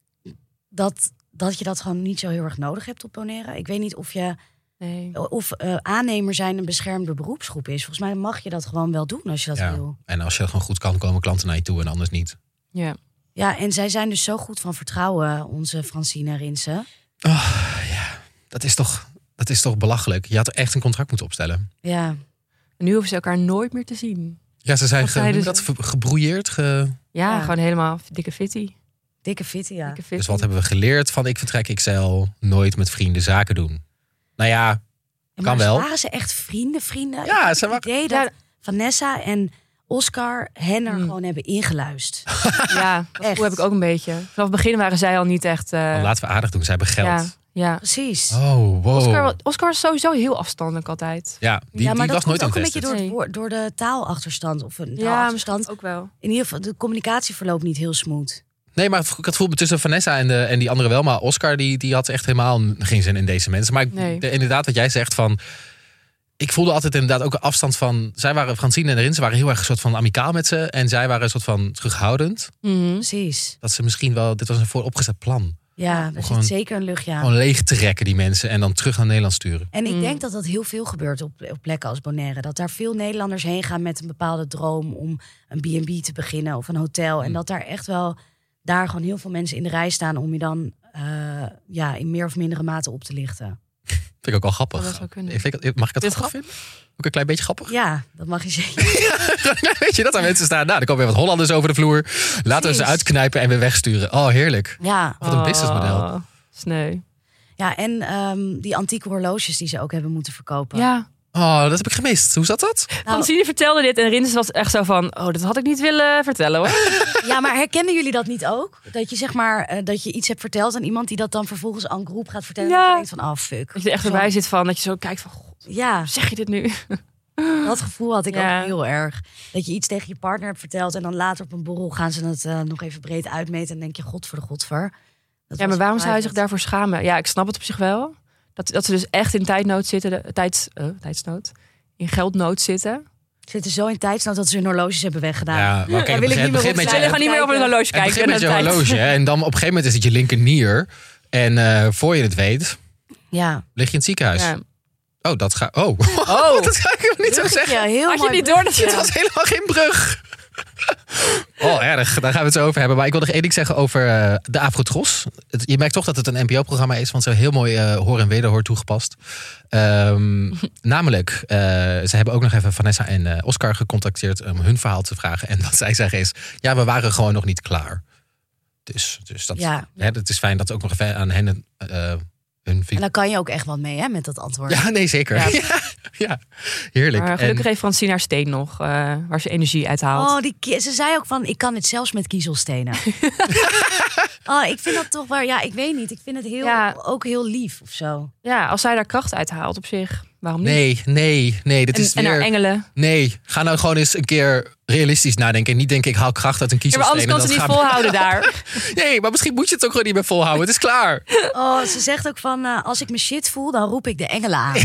dat je dat gewoon niet zo heel erg nodig hebt op Bonaire? Ik weet niet of je... Nee. Of aannemer zijn een beschermde beroepsgroep is. Volgens mij mag je dat gewoon wel doen als je dat wil. En als je dat gewoon goed kan, komen klanten naar je toe en anders niet. Ja, en zij zijn dus zo goed van vertrouwen, onze Francine en Rinse. Oh, ja, dat is toch belachelijk. Je had er echt een contract moeten opstellen. Ja. En nu hoeven ze elkaar nooit meer te zien. Ja, ze zijn gebrouilleerd. Ja, gewoon helemaal dikke fitty. Dikke fitty, ja. Dus wat hebben we geleerd van Ik Vertrek XL? Nooit met vrienden zaken doen. Nou ja, kan wel. Waren ze echt vrienden? Ja, ze waren... Het idee dat Vanessa en Oscar hen er gewoon hebben ingeluisterd. Ja, dat gevoel heb ik ook een beetje. Vanaf het begin waren zij al niet echt... Laten we aardig doen, zij hebben geld. Ja. Precies. Oh, wow. Oscar was sowieso heel afstandelijk altijd. Ja, die was nooit aan het testen. Maar dat komt ook een beetje door de taalachterstand. Of een taalachterstand. Ja, ook wel. In ieder geval, de communicatie verloopt niet heel smooth. Nee, maar ik had voel tussen Vanessa en die andere wel. Maar Oscar, die had echt helemaal geen zin in deze mensen. Maar inderdaad, wat jij zegt van... Ik voelde altijd inderdaad ook een afstand van... Francine en Rinse waren heel erg een soort van amicaal met ze. En zij waren een soort van terughoudend. Precies. Dat ze misschien wel... Dit was een vooropgezet plan. Ja, er zit zeker een luchtje aan. Gewoon leeg trekken die mensen en dan terug naar Nederland sturen. En ik denk dat dat heel veel gebeurt op plekken als Bonaire. Dat daar veel Nederlanders heen gaan met een bepaalde droom... om een B&B te beginnen of een hotel. En dat daar echt wel... daar gewoon heel veel mensen in de rij staan... om je dan in meer of mindere mate op te lichten. Vind ik ook al grappig. Mag ik dat grappig vinden? Ook een klein beetje grappig? Ja, dat mag je zeker. Weet je dat er mensen staan? Nou, er komen weer wat Hollanders over de vloer. Laten we ze uitknijpen en weer wegsturen. Oh, heerlijk. Ja. Wat een businessmodel. Sneu. Ja, en die antieke horloges die ze ook hebben moeten verkopen. Ja. Oh, dat heb ik gemist. Hoe zat dat? Francine vertelde dit en Rinse was echt zo van... Oh, dat had ik niet willen vertellen, hoor. Ja, maar herkennen jullie dat niet ook? Dat je zeg maar dat je iets hebt verteld aan iemand... die dat dan vervolgens aan groep gaat vertellen... en je denkt van, oh, fuck. Dat je er echt erbij zit van, dat je zo kijkt van... God, zeg je dit nu? Dat gevoel had ik ook heel erg. Dat je iets tegen je partner hebt verteld... en dan later op een borrel gaan ze het nog even breed uitmeten... en dan denk je, godver. Ja, maar waarom zou je zich daarvoor schamen? Ja, ik snap het op zich wel... Dat ze dus echt in tijdnood zitten, tijdsnood, in geldnood zitten. Ze zitten zo in tijdsnood dat ze hun horloges hebben weggedaan. Ja, maar wil ik niet meer op. Zij gaan niet meer op hun horloge kijken. Het begint met je horloge, hè? En dan op een gegeven moment is het je linkernier. En voor je het weet, lig je in het ziekenhuis. Ja. Oh, dat gaat. Oh. Dat ga ik hem niet zo zeggen. Ja, heel had je niet door dat het was helemaal geen brug. Oh, erg. Daar gaan we het zo over hebben. Maar ik wil nog één ding zeggen over de Afrotros. Je merkt toch dat het een NPO-programma is, want ze hebben heel mooi hoor en wederhoor toegepast. Namelijk, ze hebben ook nog even Vanessa en Oscar gecontacteerd om hun verhaal te vragen. En wat zij zeggen is, ja, we waren gewoon nog niet klaar. Dus dat, het is fijn dat ook nog even aan hen hun en daar kan je ook echt wat mee, hè, met dat antwoord. Ja, nee, zeker. Ja, heerlijk. Maar gelukkig heeft Francine haar steen nog, waar ze energie uit haalt. Ze zei ook van, ik kan het zelfs met kiezelstenen. Ik vind dat toch waar, ik weet niet. Ik vind het ook heel lief of zo. Ja, als zij daar kracht uit haalt op zich, waarom niet? Nee. Dit is weer... En haar engelen. Nee, ga nou gewoon eens een keer realistisch nadenken. En niet denken, ik haal kracht uit een kiezelsteen. Ja, maar anders kan ze niet volhouden daar. Nee, maar misschien moet je het ook gewoon niet meer volhouden. Het is klaar. Ze zegt ook van, als ik me shit voel, dan roep ik de engelen aan.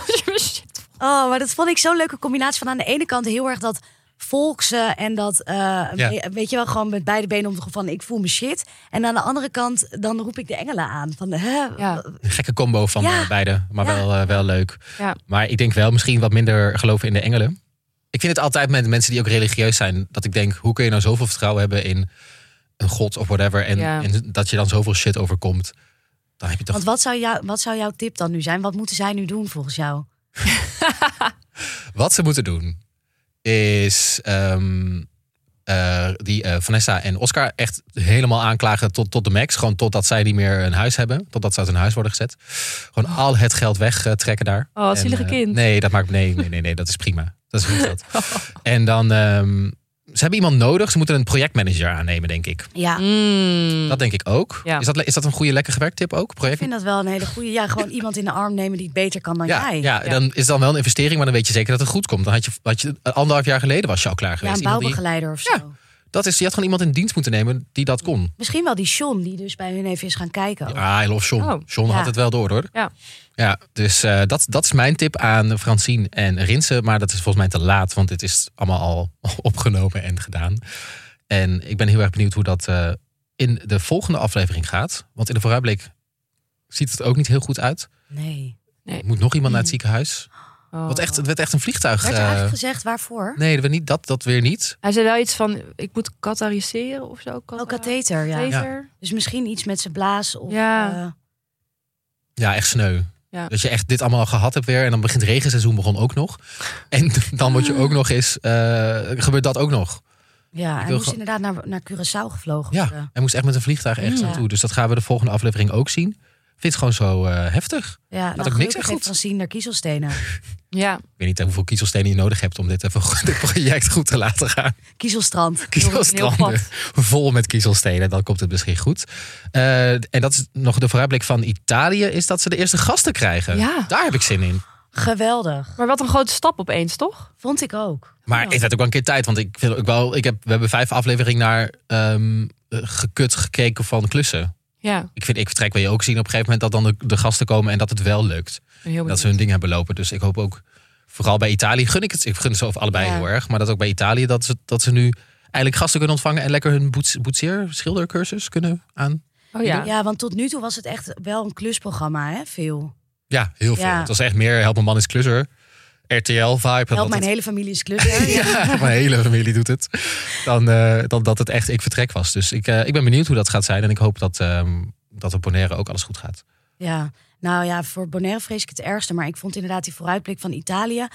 Maar dat vond ik zo'n leuke combinatie van aan de ene kant heel erg dat volkse en dat, weet je wel, gewoon met beide benen om van ik voel me shit. En aan de andere kant, dan roep ik de engelen aan. Van, Een gekke combo van beide, maar wel leuk. Ja. Maar ik denk wel misschien wat minder geloven in de engelen. Ik vind het altijd met mensen die ook religieus zijn, dat ik denk, hoe kun je nou zoveel vertrouwen hebben in een god of whatever en dat je dan zoveel shit overkomt. Dan heb je toch... Want wat zou jouw tip dan nu zijn? Wat moeten zij nu doen volgens jou? Wat ze moeten doen is die Vanessa en Oscar echt helemaal aanklagen tot de max. Gewoon totdat zij niet meer een huis hebben. Totdat ze uit hun huis worden gezet. Gewoon al het geld wegtrekken daar. Oh, het zielige kind. Nee, dat is prima. Dat is goed geld. En dan, ze hebben iemand nodig. Ze moeten een projectmanager aannemen, denk ik. Ja, Dat denk ik ook. Ja. Is dat een goede lekker gewerkt tip ook? ik vind dat wel een hele goede. Ja, gewoon iemand in de arm nemen die het beter kan dan jij. Ja, dan is het dan wel een investering, maar dan weet je zeker dat het goed komt. Dan had je 1,5 jaar geleden was je al klaar Ja, geweest. een Iemand die- bouwbegeleider of zo. je had gewoon iemand in dienst moeten nemen die dat kon. Misschien wel die Sean, die dus bij hun even is gaan kijken. ook. Ah, I love John. Oh, John ja. had het wel door, hoor. Ja. Dus dat is mijn tip aan Francine en Rinse. Maar dat is volgens mij te laat, want dit is allemaal al opgenomen en gedaan. En ik ben heel erg benieuwd hoe dat in de volgende aflevering gaat. Want in de vooruitblik ziet het ook niet heel goed uit. Nee. Er moet nog iemand naar het ziekenhuis. Oh. Het werd echt een vliegtuig. Werd er eigenlijk gezegd waarvoor? Nee, dat weer niet. Hij zei wel iets van, ik moet kathariseren of zo. Oh, katheter, ja. Katheter. Dus misschien iets met zijn blaas of... Ja. Ja, echt sneu. Ja. Dat je echt dit allemaal gehad hebt weer. En dan begint het regenseizoen begon ook nog. En dan word je ook nog eens... gebeurt dat ook nog. Ja, hij wil moest gewoon- inderdaad naar Curaçao gevlogen Ja, worden. hij moest echt met een vliegtuig ergens Ja. naartoe. Dus dat gaan we de volgende aflevering ook zien. Ik vind het gewoon zo heftig. Ja, ook nou, niks gelukkig echt heeft goed. Francine naar kiezelstenen. Ja. Ik weet niet hoeveel kiezelstenen je nodig hebt om dit project goed te laten gaan. Kiezelstrand. Kiezelstranden vol met kiezelstenen, dan komt het misschien goed. En dat is nog de vooruitblik van Italië, is dat ze de eerste gasten krijgen. Ja. Daar heb ik zin in. Geweldig. Maar wat een grote stap opeens, toch? Vond ik ook. Maar Ja. het werd ook wel een keer tijd, want we hebben 5 afleveringen naar gekut gekeken van klussen. Ja. Ik vertrek wil je ook zien op een gegeven moment dat dan de gasten komen en dat het wel lukt. Heel Dat ze hun ding hebben lopen. Dus ik hoop ook, vooral bij Italië, gun ik het. Ik gun het zo of allebei Ja. heel erg. Maar dat ook bij Italië, dat ze nu eigenlijk gasten kunnen ontvangen en lekker hun schildercursus kunnen aan. Oh ja. Ja, want tot nu toe was het echt wel een klusprogramma, hè? Veel. Ja, heel veel. Ja. Het was echt meer help een man is klusser. RTL-vibe. Help, mijn hele familie is klusser. Ja, mijn hele familie doet het. Dan dat het echt ik vertrek was. Dus ik ben benieuwd hoe dat gaat zijn. En ik hoop dat op Bonaire ook alles goed gaat. Ja, nou ja, voor Bonaire vrees ik het ergste. Maar ik vond inderdaad die vooruitblik van Italië...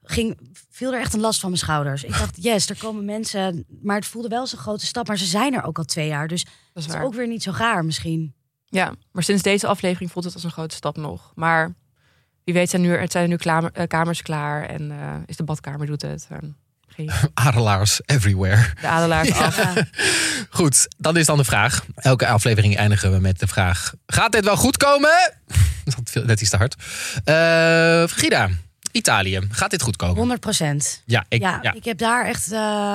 viel er echt een last van mijn schouders. Ik dacht, yes, er komen mensen... Maar het voelde wel als een grote stap. Maar ze zijn er ook al 2 jaar. Dus Dat het is is waar. ook weer niet zo raar misschien. Ja, maar sinds deze aflevering voelt het als een grote stap nog. Maar wie weet zijn er nu kamers klaar en is de badkamer doet het. Adelaars everywhere. De adelaars af. Ja. Goed, dan is dan de vraag. Elke aflevering eindigen we met de vraag... Gaat dit wel goed komen? Dat viel net iets te hard. Frida, Italië. Gaat dit goed komen? 100%. Ja, Ik heb daar echt...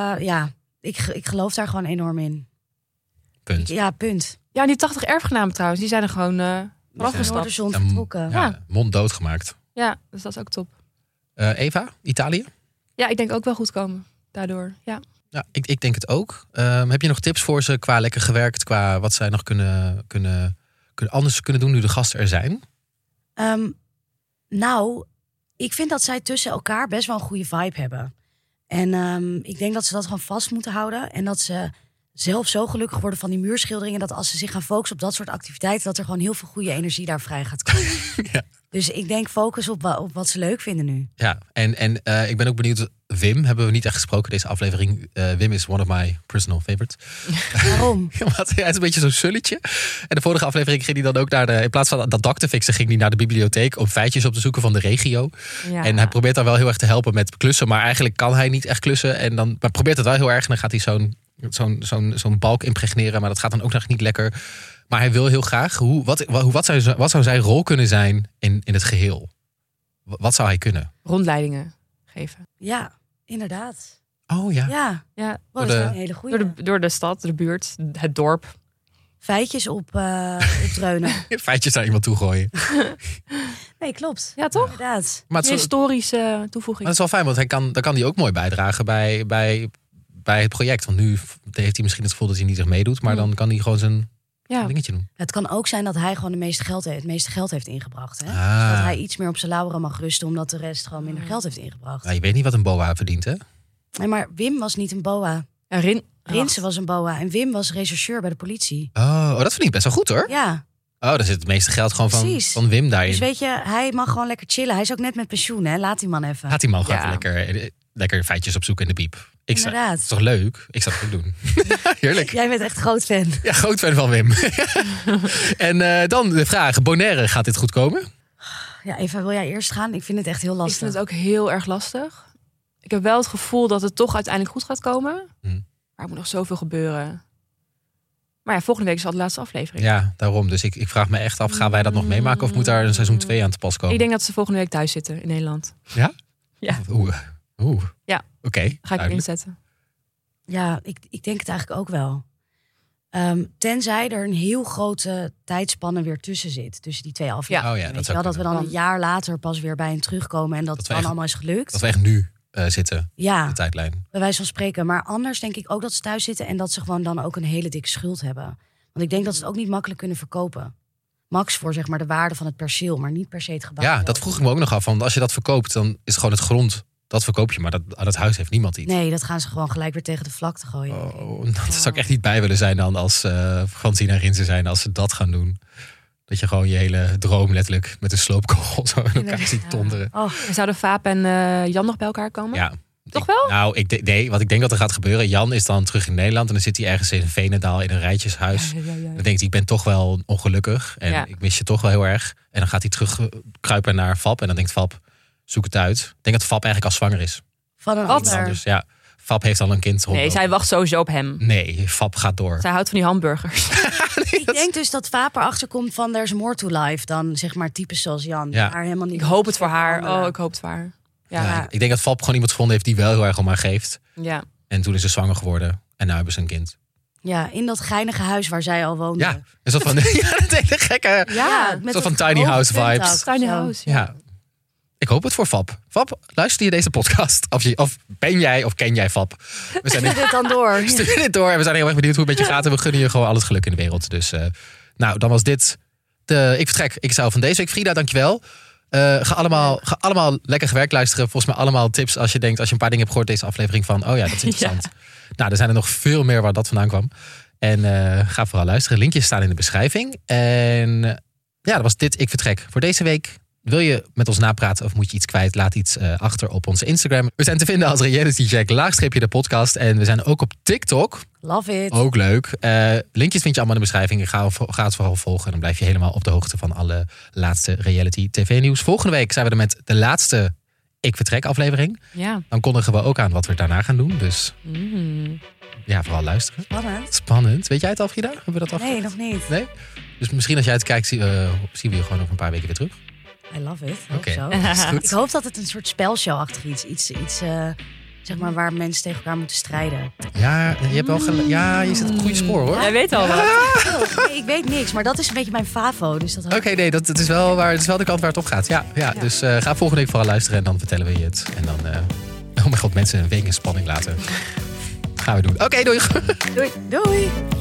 ik geloof daar gewoon enorm in. punt. Ja, punt. Ja, en die 80 erfgenamen trouwens, die zijn er gewoon vanaf Door de gestapt. zon Ja, vertrokken. Ja. Mond doodgemaakt. Ja, dus dat is ook top. Eva, Italië? Ja, ik denk ook wel goed komen daardoor. Ja. Ja, ik denk het ook. Heb je nog tips voor ze qua lekker gewerkt? Qua wat zij nog anders kunnen doen nu de gasten er zijn? Nou, ik vind dat zij tussen elkaar best wel een goede vibe hebben. En ik denk dat ze dat gewoon vast moeten houden. En dat ze zelf zo gelukkig worden van die muurschilderingen... dat als ze zich gaan focussen op dat soort activiteiten... dat er gewoon heel veel goede energie daar vrij gaat komen. Ja. Dus ik denk focus op wat ze leuk vinden nu. Ja, en ik ben ook benieuwd. Wim hebben we niet echt gesproken deze aflevering. Wim is one of my personal favorites. Waarom? Want hij is een beetje zo'n sulletje. En de vorige aflevering ging hij dan ook in plaats van dat dak te fixen, ging hij naar de bibliotheek om feitjes op te zoeken van de regio. Ja. En hij probeert daar wel heel erg te helpen met klussen, maar eigenlijk kan hij niet echt klussen. Maar probeert het wel heel erg. En dan gaat hij zo'n balk impregneren, maar dat gaat dan ook nog niet lekker. Maar hij wil heel graag. Wat zou zijn rol kunnen zijn in het geheel? Wat zou hij kunnen? Rondleidingen geven. Ja, inderdaad. Oh ja. Ja, Ja, dat is wel een hele goede. door de stad, de buurt, het dorp. Feitjes opdreunen. Feitjes naar iemand toe gooien. Nee, klopt. Ja, toch? Inderdaad. Maar Een historische toevoeging. dat is wel fijn, want dan kan hij ook mooi bijdragen bij het project. Want nu heeft hij misschien het gevoel dat hij niet echt meedoet. Maar dan kan hij gewoon zijn dingetje doen. Het kan ook zijn dat hij gewoon het meeste geld heeft ingebracht. Hè? Ah. Dus dat hij iets meer op zijn lauweren mag rusten... omdat de rest gewoon minder geld heeft ingebracht. Nou, je weet niet wat een boa verdient, hè? Nee, maar Wim was niet een boa. Ja, Rinse was een boa. En Wim was rechercheur bij de politie. Oh, dat vind ik best wel goed, hoor. Ja, Oh, dan zit het meeste geld gewoon Precies. van Wim daarin. dus weet je, hij mag gewoon lekker chillen. Hij is ook net met pensioen, hè? Laat die man even. Laat die man gewoon Ja. even lekker... lekker feitjes opzoeken in de biep. Inderdaad. Het is toch leuk? Ik zou het ook doen. Heerlijk. Jij bent echt groot fan. Ja, groot fan van Wim. En dan de vraag, Bonaire, gaat dit goed komen? Ja, Eva, wil jij eerst gaan? Ik vind het echt heel Ik lastig. vind het ook heel erg lastig. Ik heb wel het gevoel dat het toch uiteindelijk goed gaat komen. Maar er moet nog zoveel gebeuren. Maar ja, volgende week is al de laatste aflevering. Ja, daarom. Dus ik vraag me echt af, gaan wij dat nog meemaken? Of moet daar een seizoen 2 aan te pas komen? Ik denk dat ze volgende week thuis zitten in Nederland. Ja? Ja. Oeh. Ja. Oké. Ga ik duidelijk. inzetten. Ja, ik denk het eigenlijk ook wel. Tenzij er een heel grote tijdspanne weer tussen zit. Tussen die 2 afleveringen. Oh ja, Weet dat je zou wel, dat we dan kunnen. een jaar later pas weer bij hen terugkomen. En dat Dat het we dan echt- allemaal is gelukt. Dat we echt nu zitten, Ja, de tijdlijn. bij wijze van spreken. Maar anders denk ik ook dat ze thuis zitten. En dat ze gewoon dan ook een hele dikke schuld hebben. Want ik denk dat ze het ook niet makkelijk kunnen verkopen. Max voor zeg maar de waarde van het perceel. Maar niet per se het gebouw. Ja, dat vroeg ik me ook nog af. Want als je dat verkoopt, dan is het gewoon het grond. Dat verkoop je, maar aan het huis heeft niemand iets. Nee, dat gaan ze gewoon gelijk weer tegen de vlakte gooien. denk ik. Oh, dat zou ik echt niet bij willen zijn dan als Francine en Rinse zijn als ze dat gaan doen. Dat je gewoon je hele droom letterlijk met een sloopkogel zo in elkaar ziet donderen. Oh, En zouden Vaap en Jan nog bij elkaar komen? Ja. Toch wel? Nou, wat ik denk dat er gaat gebeuren. Jan is dan terug in Nederland en dan zit hij ergens in Veenendaal in een rijtjeshuis. Ja. Dan denkt hij, ik ben toch wel ongelukkig en Ja. ik mis je toch wel heel erg. En dan gaat hij terug kruipen naar Fab en dan denkt Fab, zoek het uit. Ik denk dat Fab eigenlijk al zwanger is. van een Wat? ander. Dus ja, Fab heeft al een kind Nee, rondlopen. zij wacht sowieso op hem. Nee, Fab gaat door. Zij houdt van die hamburgers. Ik denk dus dat Vaap erachter komt van there's more to life dan zeg maar types zoals Jan. Ja. Haar helemaal niet Ik hoop het voor haar. behandelen. Oh, ik hoop het voor haar. Ja, Ja. ik denk dat Fab gewoon iemand gevonden heeft die wel heel erg om haar geeft. Ja. En toen is ze zwanger geworden en nu hebben ze een kind. Ja, in dat geinige huis waar zij al woonde. Ja, een soort van ja, dat hele gekke. Ja, Zo dat van tiny hoge house vibes. puntdak. Tiny Zo. house. Ja, ik hoop het voor Fab. Fab, luister je deze podcast? Of ben jij of ken jij Fab? We zijn Stuur dit dan door. Stuur dit door en we zijn heel erg benieuwd hoe het met je gaat. En we gunnen je gewoon al het geluk in de wereld. Dus nou, dan was dit Ik Vertrek. Ik zou van deze week. Frida, dankjewel. Ga allemaal lekker gewerkt luisteren. Volgens mij allemaal tips als je een paar dingen hebt gehoord deze aflevering van, oh ja, dat is interessant. Nou, er zijn er nog veel meer waar dat vandaan kwam. En ga vooral luisteren. Linkjes staan in de beschrijving. En ja, dat was dit Ik Vertrek voor deze week. Wil je met ons napraten of moet je iets kwijt? Laat iets achter op onze Instagram. We zijn te vinden als Reality Check _ de podcast. En we zijn ook op TikTok. Love it. Ook leuk. Linkjes vind je allemaal in de beschrijving. Ga het vooral volgen. En dan blijf je helemaal op de hoogte van alle laatste reality tv nieuws. Volgende week zijn we er met de laatste Ik Vertrek aflevering. Ja. Dan kondigen we ook aan wat we daarna gaan doen. Dus ja, vooral luisteren. Spannend. Spannend. Weet jij het al, Frida? Hebben we dat af? Nee, nog niet. Nee? Dus misschien als jij het kijkt, zien we je gewoon over een paar weken weer terug. I love it. Hoop Oké. zo. Is goed. Ik hoop dat het een soort spelshow-achtig iets zeg maar waar mensen tegen elkaar moeten strijden. Ja, je hebt wel ja, je zit op het goede spoor hoor. Jij weet al wat. Nee, ik weet niks, maar dat is een beetje mijn favo. Dus dat Oké, nee, dat is wel de kant waar het op gaat. Ja. Dus ga volgende week vooral luisteren en dan vertellen we je het. En dan, oh mijn god, mensen een week in spanning laten. Dat gaan we doen. Oké, doei. Doei. Doei.